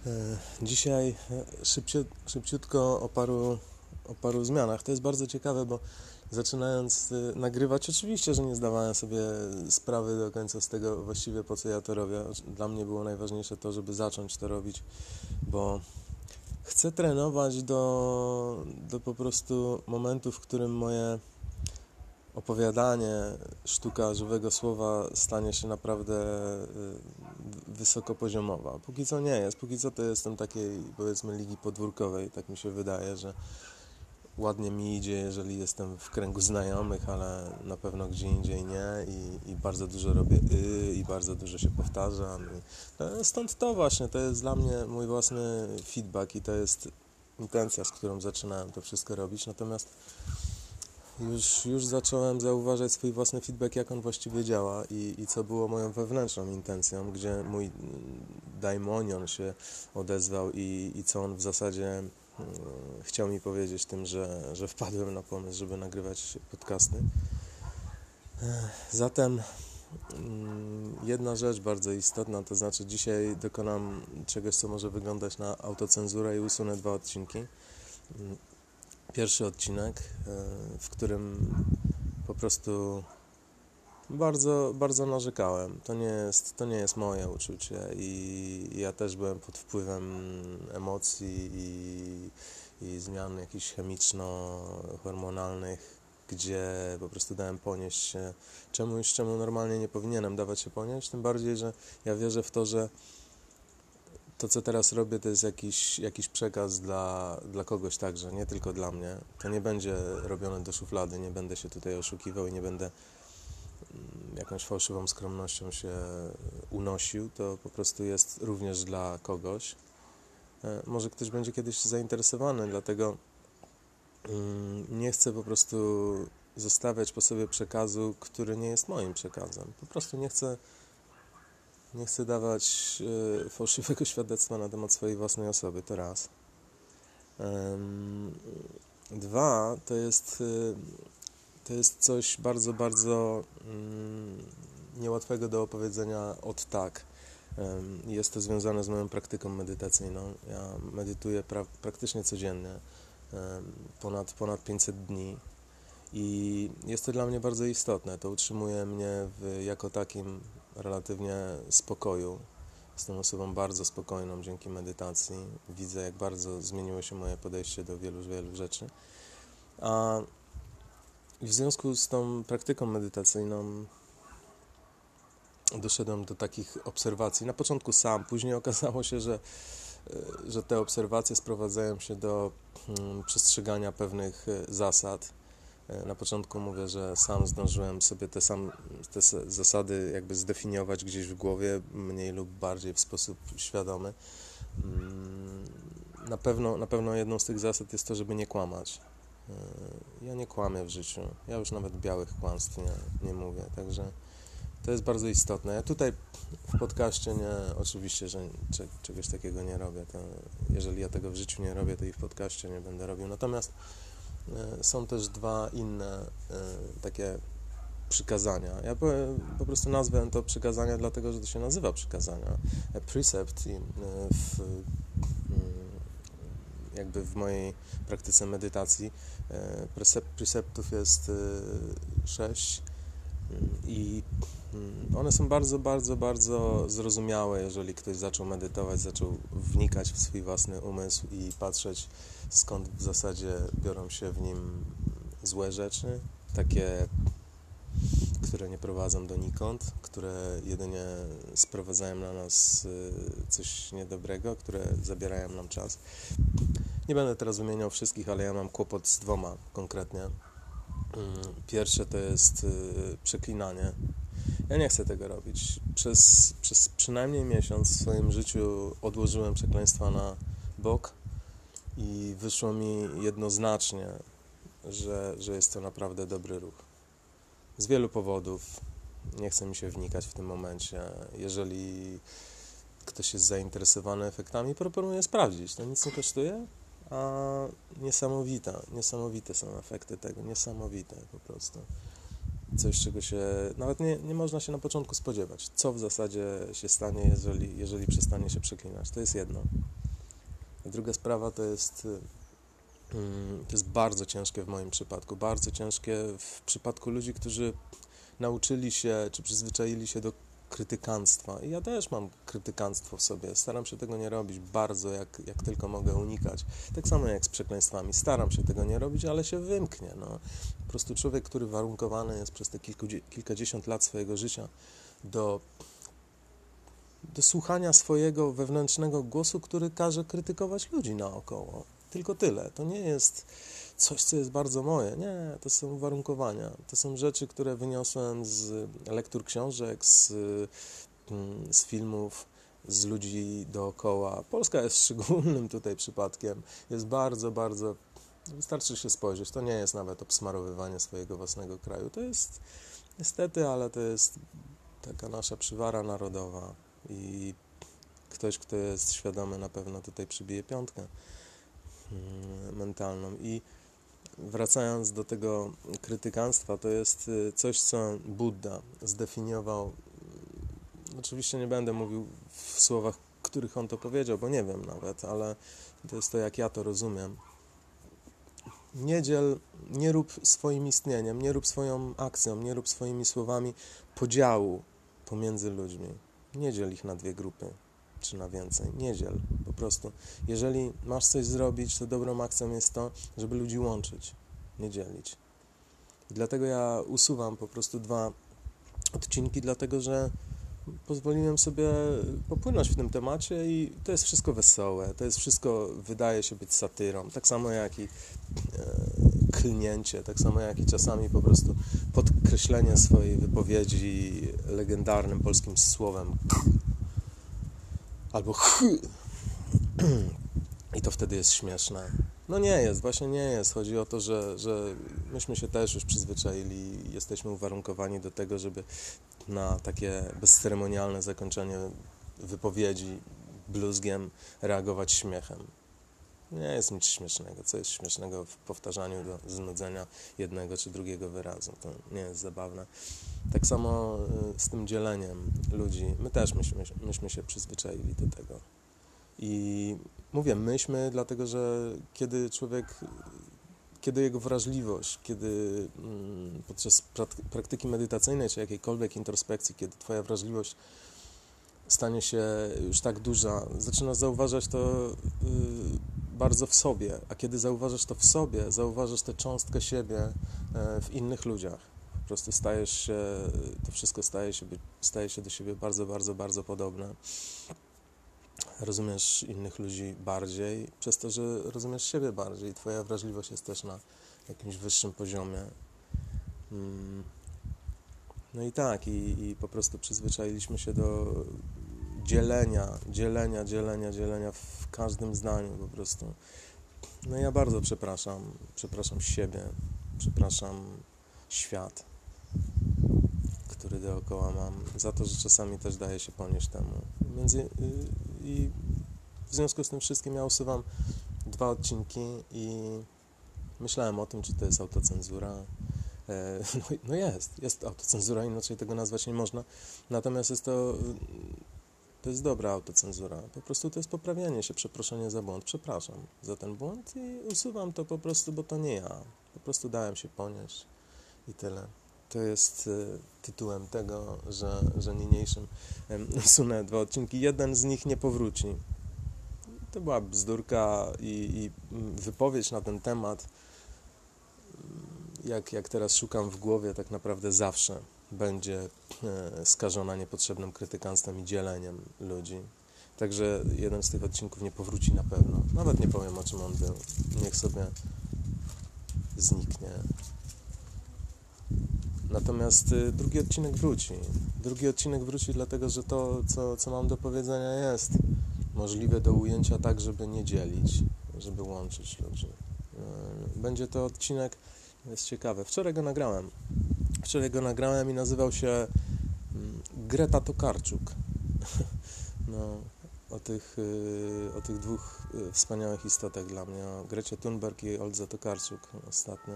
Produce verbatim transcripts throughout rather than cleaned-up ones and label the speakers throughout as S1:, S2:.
S1: E, Dzisiaj e, szybciu, szybciutko o paru, o paru zmianach. To jest bardzo ciekawe, bo zaczynając e, nagrywać, oczywiście, że nie zdawałem sobie sprawy do końca z tego właściwie, po co ja to robię. Dla mnie było najważniejsze to, żeby zacząć to robić, bo chcę trenować do, do po prostu momentu, w którym moje opowiadanie, sztuka żywego słowa stanie się naprawdę y, wysokopoziomowa. Póki co nie jest, póki co to jestem takiej, powiedzmy, ligi podwórkowej, tak mi się wydaje, że ładnie mi idzie, jeżeli jestem w kręgu znajomych, ale na pewno gdzie indziej nie i, i bardzo dużo robię y i bardzo dużo się powtarzam. I to, stąd to właśnie, to jest dla mnie mój własny feedback i to jest intencja, z którą zaczynałem to wszystko robić, natomiast Już, już zacząłem zauważać swój własny feedback, jak on właściwie działa i, i co było moją wewnętrzną intencją, gdzie mój daimonion się odezwał i, i co on w zasadzie mm, chciał mi powiedzieć tym, że, że wpadłem na pomysł, żeby nagrywać podcasty. Zatem mm, jedna rzecz bardzo istotna, to znaczy dzisiaj dokonam czegoś, co może wyglądać na autocenzurę i usunę dwa odcinki. Pierwszy odcinek, w którym po prostu bardzo, bardzo narzekałem. To nie jest, to nie jest moje uczucie i ja też byłem pod wpływem emocji i, i zmian jakichś chemiczno-hormonalnych, gdzie po prostu dałem ponieść się czemuś, czemu normalnie nie powinienem dawać się ponieść, tym bardziej, że ja wierzę w to, że to, co teraz robię, to jest jakiś, jakiś przekaz dla, dla kogoś także, nie tylko dla mnie. To nie będzie robione do szuflady, nie będę się tutaj oszukiwał i nie będę jakąś fałszywą skromnością się unosił. To po prostu jest również dla kogoś. Może ktoś będzie kiedyś zainteresowany, dlatego nie chcę po prostu zostawiać po sobie przekazu, który nie jest moim przekazem. Po prostu nie chcę Nie chcę dawać y, fałszywego świadectwa na temat swojej własnej osoby, to raz. Ym, dwa, to jest, y, to jest coś bardzo, bardzo y, niełatwego do opowiedzenia od tak. Ym, jest to związane z moją praktyką medytacyjną. Ja medytuję pra- praktycznie codziennie, ym, ponad, ponad pięćset dni. I jest to dla mnie bardzo istotne. To utrzymuje mnie w, jako takim relatywnie spokoju. Jestem osobą bardzo spokojną dzięki medytacji. Widzę, jak bardzo zmieniło się moje podejście do wielu, wielu rzeczy. A w związku z tą praktyką medytacyjną doszedłem do takich obserwacji. Na początku sam, później okazało się, że, że te obserwacje sprowadzają się do hmm, przestrzegania pewnych zasad. Na początku mówię, że sam zdążyłem sobie te, sam, te zasady jakby zdefiniować gdzieś w głowie, mniej lub bardziej w sposób świadomy. Na pewno, na pewno jedną z tych zasad jest to, żeby nie kłamać. Ja nie kłamię w życiu. Ja już nawet białych kłamstw nie, nie mówię, także to jest bardzo istotne. Ja tutaj w podcaście nie, oczywiście, że czegoś takiego nie robię. To jeżeli ja tego w życiu nie robię, to i w podcaście nie będę robił. Natomiast są też dwa inne y, takie przykazania. Ja po, po prostu nazwę to przykazania, dlatego że to się nazywa przykazania. Precept y, w, y, jakby w mojej praktyce medytacji y, precept, preceptów jest y, sześć i y, one są bardzo, bardzo, bardzo zrozumiałe, jeżeli ktoś zaczął medytować, zaczął wnikać w swój własny umysł i patrzeć, skąd w zasadzie biorą się w nim złe rzeczy, takie, które nie prowadzą donikąd, które jedynie sprowadzają na nas coś niedobrego, które zabierają nam czas. Nie będę teraz wymieniał wszystkich, ale ja mam kłopot z dwoma konkretnie. Pierwsze to jest przeklinanie. Ja nie chcę tego robić. Przez, przez przynajmniej miesiąc w swoim życiu odłożyłem przekleństwa na bok i wyszło mi jednoznacznie, że, że jest to naprawdę dobry ruch. Z wielu powodów. Nie chcę mi się wnikać w tym momencie. Jeżeli ktoś jest zainteresowany efektami, proponuję sprawdzić. To nic nie kosztuje, a niesamowite, niesamowite są efekty tego, niesamowite po prostu. Coś, czego się nawet nie, nie można się na początku spodziewać. Co w zasadzie się stanie, jeżeli, jeżeli przestanie się przeklinać. To jest jedno. Druga sprawa to jest, to jest bardzo ciężkie w moim przypadku, bardzo ciężkie w przypadku ludzi, którzy nauczyli się, czy przyzwyczaili się do krytykanstwa. I ja też mam krytykanstwo w sobie. Staram się tego nie robić bardzo, jak, jak tylko mogę unikać. Tak samo jak z przekleństwami. Staram się tego nie robić, ale się wymknie. No. Po prostu człowiek, który warunkowany jest przez te kilku, kilkadziesiąt lat swojego życia do, do słuchania swojego wewnętrznego głosu, który każe krytykować ludzi naokoło. Tylko tyle. To nie jest coś, co jest bardzo moje. Nie, to są uwarunkowania. To są rzeczy, które wyniosłem z lektur książek, z, z filmów, z ludzi dookoła. Polska jest szczególnym tutaj przypadkiem. Jest bardzo, bardzo... Wystarczy się spojrzeć. To nie jest nawet obsmarowywanie swojego własnego kraju. To jest niestety, ale to jest taka nasza przywara narodowa i ktoś, kto jest świadomy, na pewno tutaj przybije piątkę mentalną. I wracając do tego krytykanstwa, to jest coś, co Buddha zdefiniował. Oczywiście nie będę mówił w słowach, których on to powiedział, bo nie wiem nawet, ale to jest to, jak ja to rozumiem. Nie dziel, nie rób swoim istnieniem, nie rób swoją akcją, nie rób swoimi słowami podziału pomiędzy ludźmi. Nie dziel ich na dwie grupy, czy na więcej. Nie dziel, po prostu. Jeżeli masz coś zrobić, to dobrą akcją jest to, żeby ludzi łączyć, nie dzielić. I dlatego ja usuwam po prostu dwa odcinki, dlatego że pozwoliłem sobie popłynąć w tym temacie i to jest wszystko wesołe, to jest wszystko, wydaje się być satyrą, tak samo jak i e, klnięcie, tak samo jak i czasami po prostu podkreślenie swojej wypowiedzi legendarnym polskim słowem k albo ch i to wtedy jest śmieszne. No nie jest, właśnie nie jest. Chodzi o to, że, że myśmy się też już przyzwyczaili, jesteśmy uwarunkowani do tego, żeby na takie bezceremonialne zakończenie wypowiedzi bluzgiem reagować śmiechem. Nie jest nic śmiesznego. Co jest śmiesznego w powtarzaniu do znudzenia jednego czy drugiego wyrazu? To nie jest zabawne. Tak samo z tym dzieleniem ludzi. My też myśmy, myśmy się przyzwyczaili do tego. I mówię myśmy, dlatego że kiedy człowiek, kiedy jego wrażliwość, kiedy mm, podczas praktyki medytacyjnej czy jakiejkolwiek introspekcji, kiedy twoja wrażliwość stanie się już tak duża, zaczynasz zauważać to y, bardzo w sobie, a kiedy zauważasz to w sobie, zauważasz tę cząstkę siebie y, w innych ludziach. Po prostu stajesz się, to wszystko staje się, staje się do siebie bardzo, bardzo, bardzo podobne. Rozumiesz innych ludzi bardziej, przez to, że rozumiesz siebie bardziej. Twoja wrażliwość jest też na jakimś wyższym poziomie. No i tak, i, i po prostu przyzwyczailiśmy się do dzielenia, dzielenia, dzielenia, dzielenia w każdym zdaniu po prostu. No ja bardzo przepraszam, przepraszam siebie, przepraszam świat, który dookoła mam, za to, że czasami też daje się ponieść temu. Między, i w związku z tym wszystkim ja usuwam dwa odcinki i myślałem o tym, czy to jest autocenzura. No, no jest, jest autocenzura, inaczej tego nazwać nie można. Natomiast jest to, to jest dobra autocenzura. Po prostu to jest poprawianie się, przeproszenie za błąd. Przepraszam za ten błąd i usuwam to po prostu, bo to nie ja. Po prostu dałem się ponieść i tyle. To jest y, tytułem tego, że, że niniejszym y, usunę dwa odcinki. Jeden z nich nie powróci. To była bzdurka i, i wypowiedź na ten temat, jak, jak teraz szukam w głowie, tak naprawdę zawsze będzie y, skażona niepotrzebnym krytykanstwem i dzieleniem ludzi. Także jeden z tych odcinków nie powróci na pewno. Nawet nie powiem, o czym on był. Niech sobie zniknie. Natomiast y, drugi odcinek wróci. Drugi odcinek wróci dlatego, że to, co, co mam do powiedzenia, jest możliwe do ujęcia tak, żeby nie dzielić, żeby łączyć ludzi. Y, będzie to odcinek, jest ciekawe. Wczoraj go nagrałem. Wczoraj go nagrałem i nazywał się y, Greta Tokarczuk. No, o tych, y, o tych dwóch y, wspaniałych istotach dla mnie. O Grecie Thunberg i Oldze Tokarczuk ostatnio.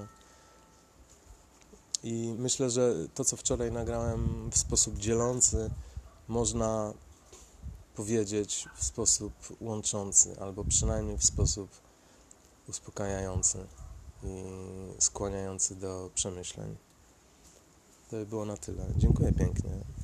S1: I myślę, że to, co wczoraj nagrałem w sposób dzielący, można powiedzieć w sposób łączący, albo przynajmniej w sposób uspokajający i skłaniający do przemyśleń. To by było na tyle. Dziękuję pięknie.